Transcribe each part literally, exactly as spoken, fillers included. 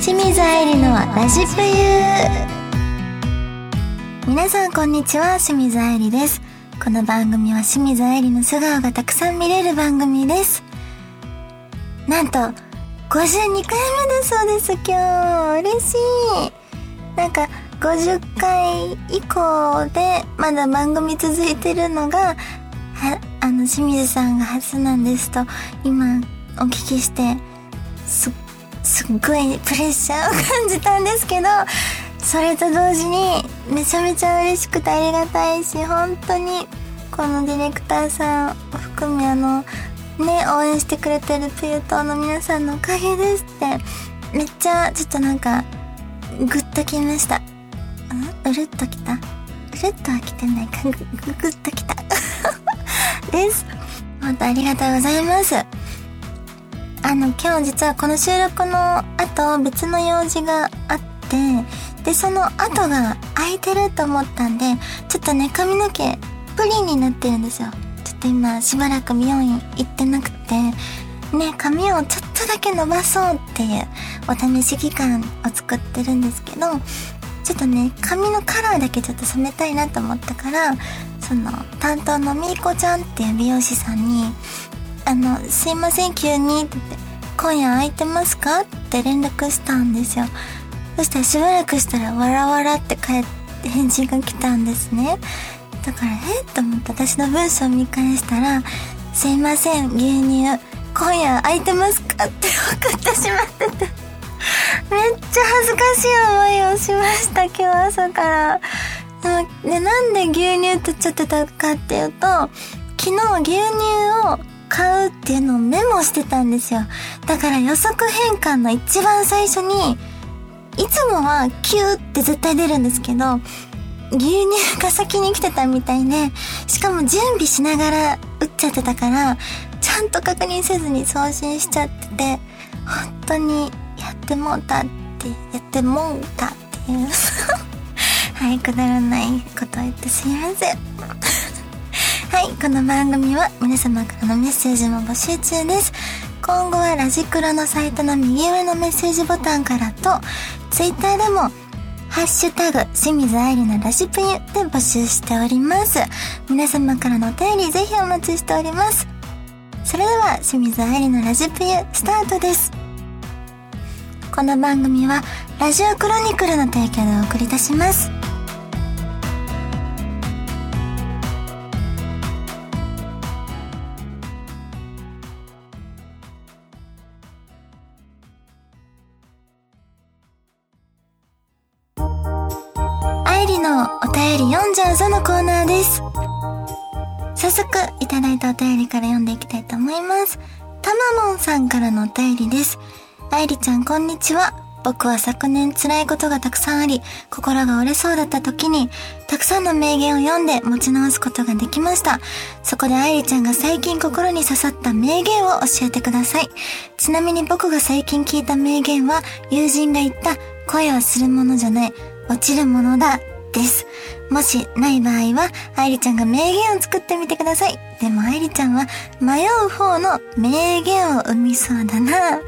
清水愛理のラジプユ。皆さんこんにちは、清水愛理です。この番組は清水愛理の素顔がたくさん見れる番組です。なんとごじゅうにかいめだそうです。今日嬉しい。なんかごじゅっかい以降でまだ番組続いてるのがはあの清水さんが初なんですと今お聞きして、すすっごいプレッシャーを感じたんですけど、それと同時にめちゃめちゃ嬉しくてありがたいし、本当にこのディレクターさんを含めあのね応援してくれてるピュートの皆さんのおかげですってめっちゃちょっとなんかグッときました。んうるっときたうるっとはきてないか、グググッときたです。本当ありがとうございます。あの今日実はこの収録の後別の用事があって、でその後が空いてると思ったんで、ちょっとね髪の毛プリンになってるんですよ。ちょっと今しばらく美容院行ってなくてね、髪をちょっとだけ伸ばそうっていうお試し期間を作ってるんですけど、ちょっとね髪のカラーだけちょっと染めたいなと思ったから、その担当のみーこちゃんっていう美容師さんにあのすいません急にって言って、今夜空いてますかって連絡したんですよ。そしたらしばらくしたらわらわらって帰って返事が来たんですね。だからえっと思って私の文章を見返したら、すいません牛乳今夜空いてますかって送ってしまってて、めっちゃ恥ずかしい思いをしました今日朝から。でなんで牛乳って言っちゃってたかっていうと、昨日牛乳を買うっていうのをメモしてたんですよ。だから予測変換の一番最初にいつもはキューって絶対出るんですけど、牛乳が先に来てたみたいで、しかも準備しながら打っちゃってたからちゃんと確認せずに送信しちゃってて、本当にやってもうたってやってもうたっていうはい、くだらないことを言ってすいませんはい、この番組は皆様からのメッセージも募集中です。今後はラジクロのサイトの右上のメッセージボタンからと、ツイッターでもハッシュタグ清水愛理のラジプユで募集しております。皆様からのお便りぜひお待ちしております。それでは清水愛理のラジプユスタートです。この番組はラジオクロニクルの提供でお送りいたします。愛理のお便り読んじゃうぞのコーナーです。早速いただいたお便りから読んでいきたいと思います。たまもんさんからのお便りです。愛理ちゃんこんにちは。僕は昨年辛いことがたくさんあり、心が折れそうだった時にたくさんの名言を読んで持ち直すことができました。そこで愛理ちゃんが最近心に刺さった名言を教えてください。ちなみに僕が最近聞いた名言は友人が言った恋はするものじゃない落ちるものだです。もしない場合は愛理ちゃんが名言を作ってみてください。でも愛理ちゃんは迷う方の名言を生みそうだな。はい、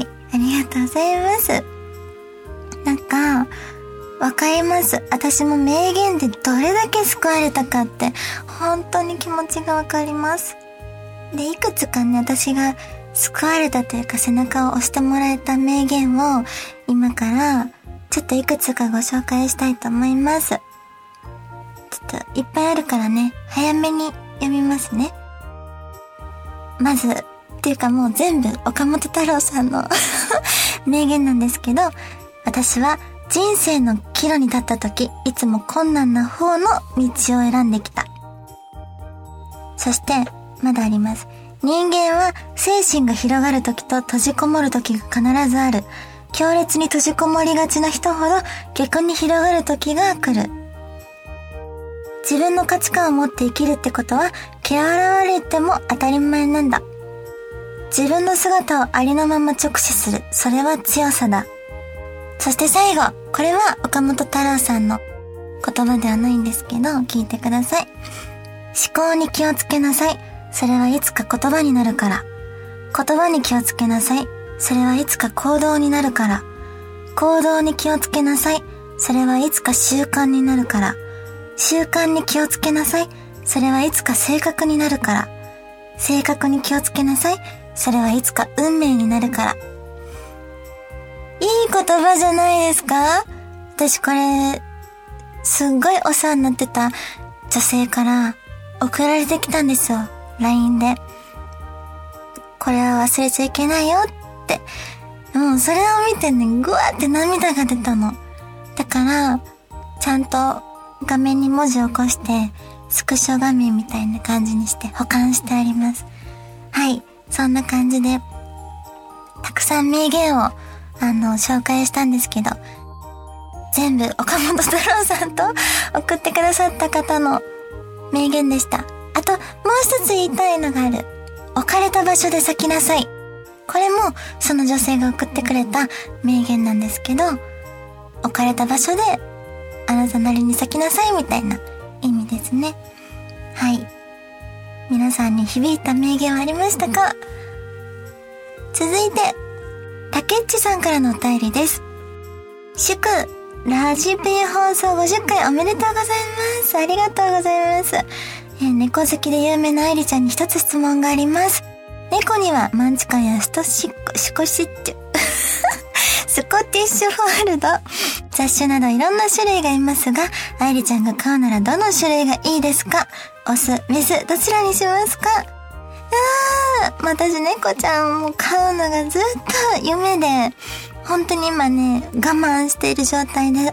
ありがとうございます。なんかわかります。私も名言でどれだけ救われたかって本当に気持ちがわかります。でいくつかね、私が救われたというか背中を押してもらえた名言を今からちょっといくつかご紹介したいと思います。ちょっといっぱいあるからね、早めに読みますね。まずっていうかもう全部岡本太郎さんの名言なんですけど、私は人生の岐路に立った時いつも困難な方の道を選んできた。そしてまだあります。人間は精神が広がる時と閉じこもる時が必ずある。強烈に閉じこもりがちな人ほど逆に広がる時が来る。自分の価値観を持って生きるってことは嫌われても当たり前なんだ。自分の姿をありのまま直視する。それは強さだ。そして最後、これは岡本太郎さんの言葉ではないんですけど聞いてください。思考に気をつけなさい。それはいつか言葉になるから。言葉に気をつけなさい。それはいつか行動になるから。 行動に気をつけなさい。それはいつか習慣になるから。習慣に気をつけなさい。それはいつか性格になるから。性格に気をつけなさい。それはいつか運命になるから。いい言葉じゃないですか？私これ、すっごいお世話になってた女性から送られてきたんですよ。ライン で。これは忘れちゃいけないよって。もうそれを見てね、ぐわって涙が出たの。だから、ちゃんと画面に文字を起こして、スクショ画面みたいな感じにして保管してあります。はい。そんな感じで、たくさん名言を、あの、紹介したんですけど、全部岡本太郎さんと送ってくださった方の名言でした。あと、もう一つ言いたいのがある。置かれた場所で咲きなさい。これも、その女性が送ってくれた名言なんですけど、置かれた場所で、あなたなりに咲きなさいみたいな意味ですね。はい。皆さんに響いた名言はありましたか？続いて、たけっちさんからのお便りです。祝、ラジペイ放送ごじゅっかいおめでとうございます。ありがとうございます。えー、猫好きで有名な愛理ちゃんに一つ質問があります。猫にはマンチカンやストシッシコシッチュ、スコティッシュフォールド、雑種などいろんな種類がいますが、愛理ちゃんが飼うならどの種類がいいですか？オス、メス、どちらにしますか？あー、私猫ちゃんを飼うのがずっと夢で、本当に今ね、我慢している状態です。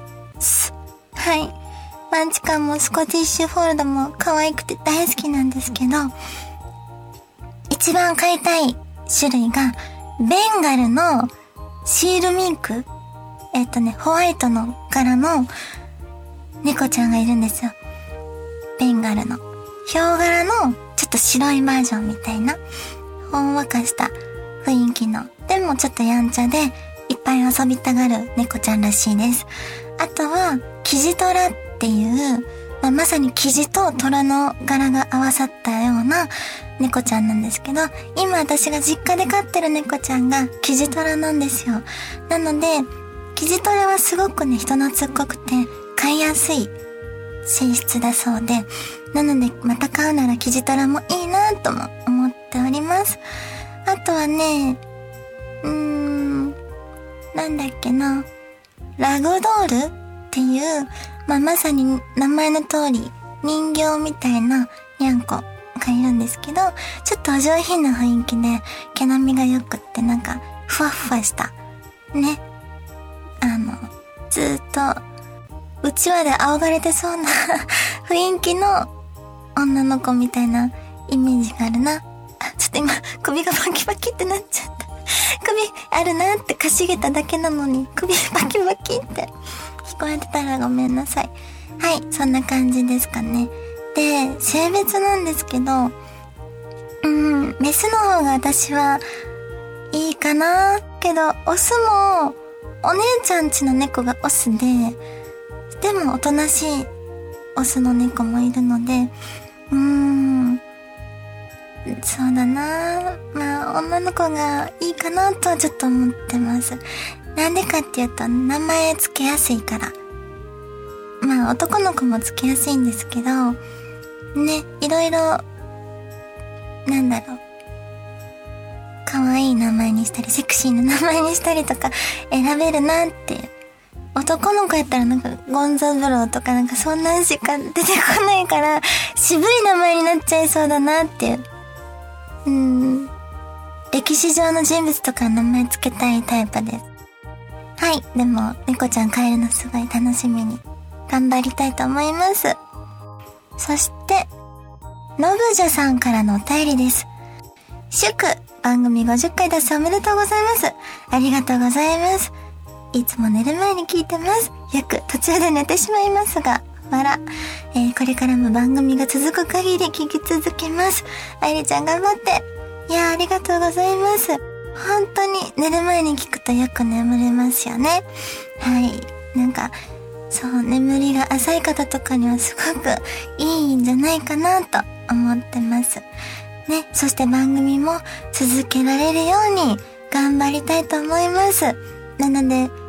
はい。マンチカンもスコティッシュフォールドも可愛くて大好きなんですけど、一番飼いたい種類が、ベンガルのシールミンク、えっとね、ホワイトの柄の猫ちゃんがいるんですよ。ベンガルの。ヒョウ柄のちょっと白いバージョンみたいな、ほんわかした雰囲気の、でもちょっとやんちゃで、いっぱい遊びたがる猫ちゃんらしいです。あとは、キジトラっていう、まあ、まさにキジとトラの柄が合わさったような猫ちゃんなんですけど、今私が実家で飼ってる猫ちゃんがキジトラなんですよ。なので、キジトラはすごくね、人懐っこくて飼いやすい性質だそうで、なのでまた飼うならキジトラもいいなとも思っております。あとはね、うーん、なんだっけな、ラグドールっていう、まあ、まさに名前の通り人形みたいなニャンコがいるんですけど、ちょっとお上品な雰囲気で毛並みが良くってなんかふわっふわしたね、あのずーっとうちわで仰がれてそうな雰囲気の女の子みたいなイメージがあるな。あ、ちょっと今首がバキバキってなっちゃった。首あるなってかしげただけなのに首バキバキって聞こえてたらごめんなさい。はい、そんな感じですかね。で、性別なんですけど、うーん、メスの方が私はいいかな。けど、オスも、お姉ちゃんちの猫がオスで、でもおとなしいオスの猫もいるので、うーん、そうだな。まあ、女の子がいいかなとはちょっと思ってます。なんでかっていうと、名前つけやすいから。まあ、男の子もつけやすいんですけど、ね、いろいろ、なんだろう。可愛い名前にしたり、セクシーな名前にしたりとか選べるなっていう。男の子やったらなんか、ゴンザブローとかなんかそんなんしか出てこないから、渋い名前になっちゃいそうだなっていう。うーん。歴史上の人物とか名前つけたいタイプです。はい。でも、猫ちゃん飼えるのすごい楽しみに頑張りたいと思います。そして、のぶじゃさんからのお便りです。祝、番組ごじゅっかい達成おめでとうございます。ありがとうございます。いつも寝る前に聞いてます。よく途中で寝てしまいますが、笑。えー、これからも番組が続く限り聞き続けます。愛理ちゃん頑張って。いやー、ありがとうございます。本当に寝る前に聞くとよく眠れますよね。はい。なんか、そう、眠りが浅い方とかにはすごくいいんじゃないかなと思ってます。ね。そして番組も続けられるように頑張りたいと思います。なので、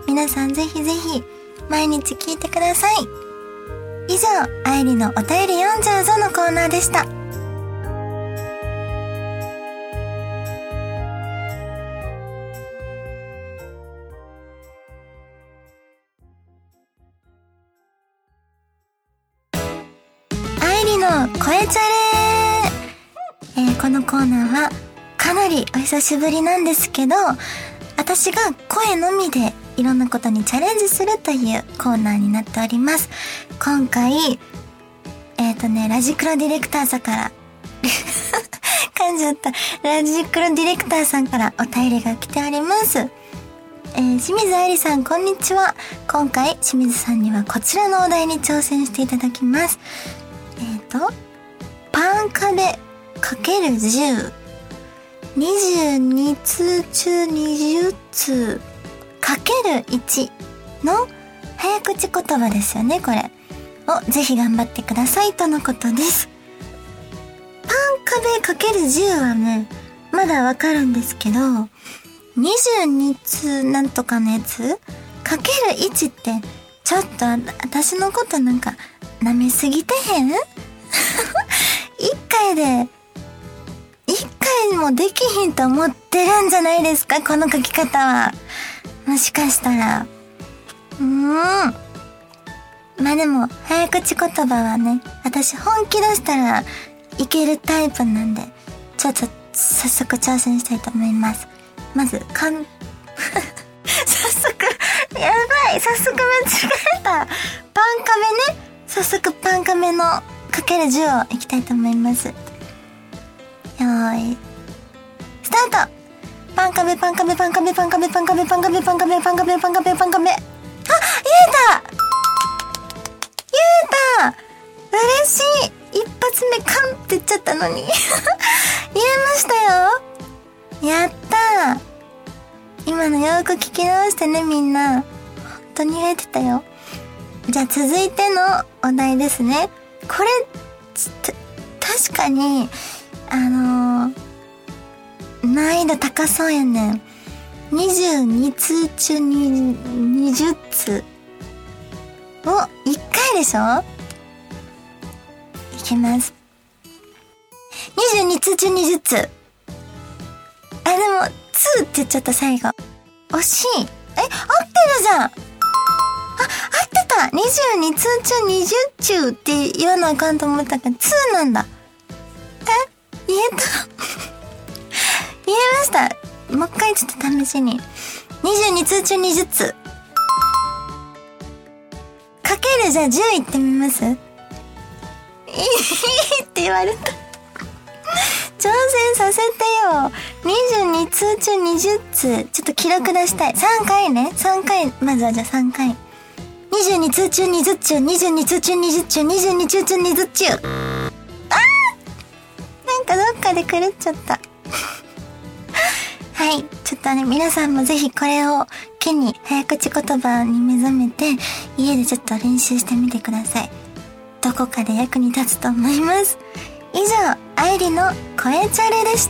皆さんぜひぜひ毎日聞いてください。以上、愛理のお便り読んじゃうぞのコーナーでした。愛理の声チャレ、えー、このコーナーはかなりお久しぶりなんですけど、私が声のみでいろんなことにチャレンジするというコーナーになっております。今回、えっとね、ラジクロディレクターさんから、噛んじゃった。ラジクロディレクターさんからお便りが来ております。えー、清水愛理さん、こんにちは。今回、清水さんにはこちらのお題に挑戦していただきます。えっと、パン壁 かけるじゅう。にじゅうに通中にじゅう通。かけるいちの早口言葉ですよね、これ。をぜひ頑張ってくださいとのことです。パン壁かけるじゅうはね、まだわかるんですけど、にじゅうに通なんとかのやつかけるいちって、ちょっと私のことなんか舐めすぎてへん？一回で、一回もできひんと思ってるんじゃないですか、この書き方は。もしかしたら。うーん。まあでも、早口言葉はね、私本気出したらいけるタイプなんで、ちょっと早速挑戦したいと思います。まず、かん、早速、やばい、早速間違えた。パン壁ね。早速パン壁のかけるじゅうをいきたいと思います。よーい。スタート。パン壁パン壁パン壁パン壁パン壁パン壁パン壁パン壁パン壁パン壁。あ、言えた言えた嬉しい。一発目カンって言っちゃったのに。言えましたよ。やったー。今のよく聞き直してね、みんな。本当に言えてたよ。じゃあ続いてのお題ですね。これ、確かに、あのー、難易度高そうやねん。にじゅうに通中ににじゅう通。お、いっかいでしょ？いきます。にじゅうに通中にじゅう通。あ、でも、通って言っちゃった最後。惜しい。え、合ってるじゃん。あ、合ってた。にじゅうに通中にじゅう中って言わなあかんと思ったけど、通なんだ。え、言えた言えました。もう一回ちょっと試しに。にじゅうに通中にじゅう通。かけるじゃあじゅういってみます？いいって言われた。挑戦させてよ。にじゅうに通中にじゅう通。ちょっと記録出したい。さんかいね。さんかい。まずはじゃあさんかい。にじゅうに通中にじゅう中。にじゅうに通中にじゅう中。にじゅうに通中にじゅう中。あー！なんかどっかで狂っちゃった。はい。ちょっとね、皆さんもぜひこれを機に早口言葉に目覚めて、家でちょっと練習してみてください。どこかで役に立つと思います。以上、愛理の声チャレでした。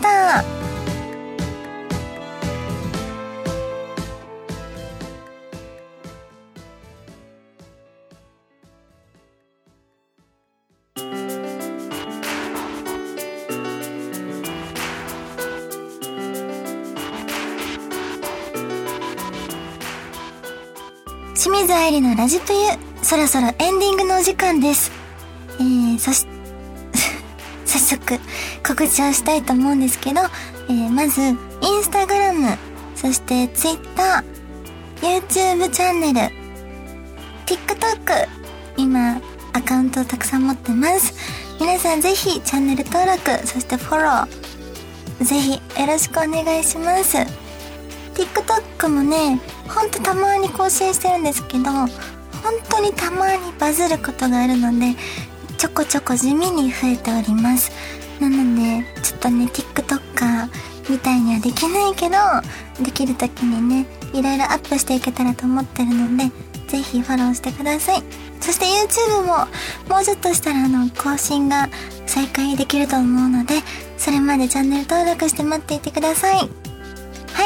清水愛理のラジプユ、そろそろエンディングのお時間です。えー、そし、早速告知をしたいと思うんですけど、えー、まず、インスタグラム、そしてツイッター、YouTube チャンネル、TikTok、今、アカウントをたくさん持ってます。皆さんぜひチャンネル登録、そしてフォロー、ぜひよろしくお願いします。TikTok もね、ほんとたまに更新してるんですけど、本当にたまにバズることがあるので、ちょこちょこ地味に増えております。なので、ちょっとね、TikToker みたいにはできないけど、できる時にね、いろいろアップしていけたらと思ってるので、ぜひフォローしてください。そして YouTube も、もうちょっとしたらあの、更新が再開できると思うので、それまでチャンネル登録して待っていてください。はい。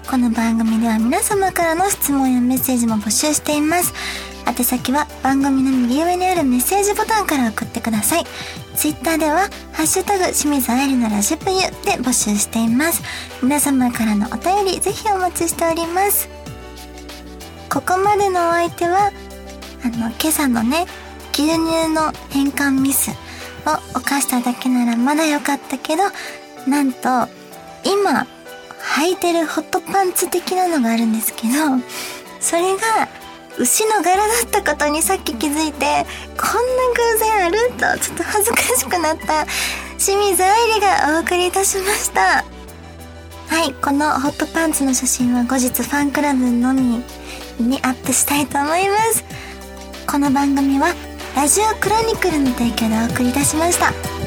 この番組では皆様からの質問やメッセージも募集しています。宛先は番組の右上にあるメッセージボタンから送ってください。ツイッターではハッシュタグ清水愛理のラジプユで募集しています。皆様からのお便りぜひお待ちしております。ここまでのお相手はあの今朝のね牛乳の変換ミスを犯しただけならまだよかったけど、なんと今履いてるホットパンツ的なのがあるんですけど、それが牛の柄だったことにさっき気づいて、こんな偶然あるとちょっと恥ずかしくなった清水愛理がお送りいたしました。はい、このホットパンツの写真は後日ファンクラブのみにアップしたいと思います。この番組はラジオクロニクルの提供でお送りいたしました。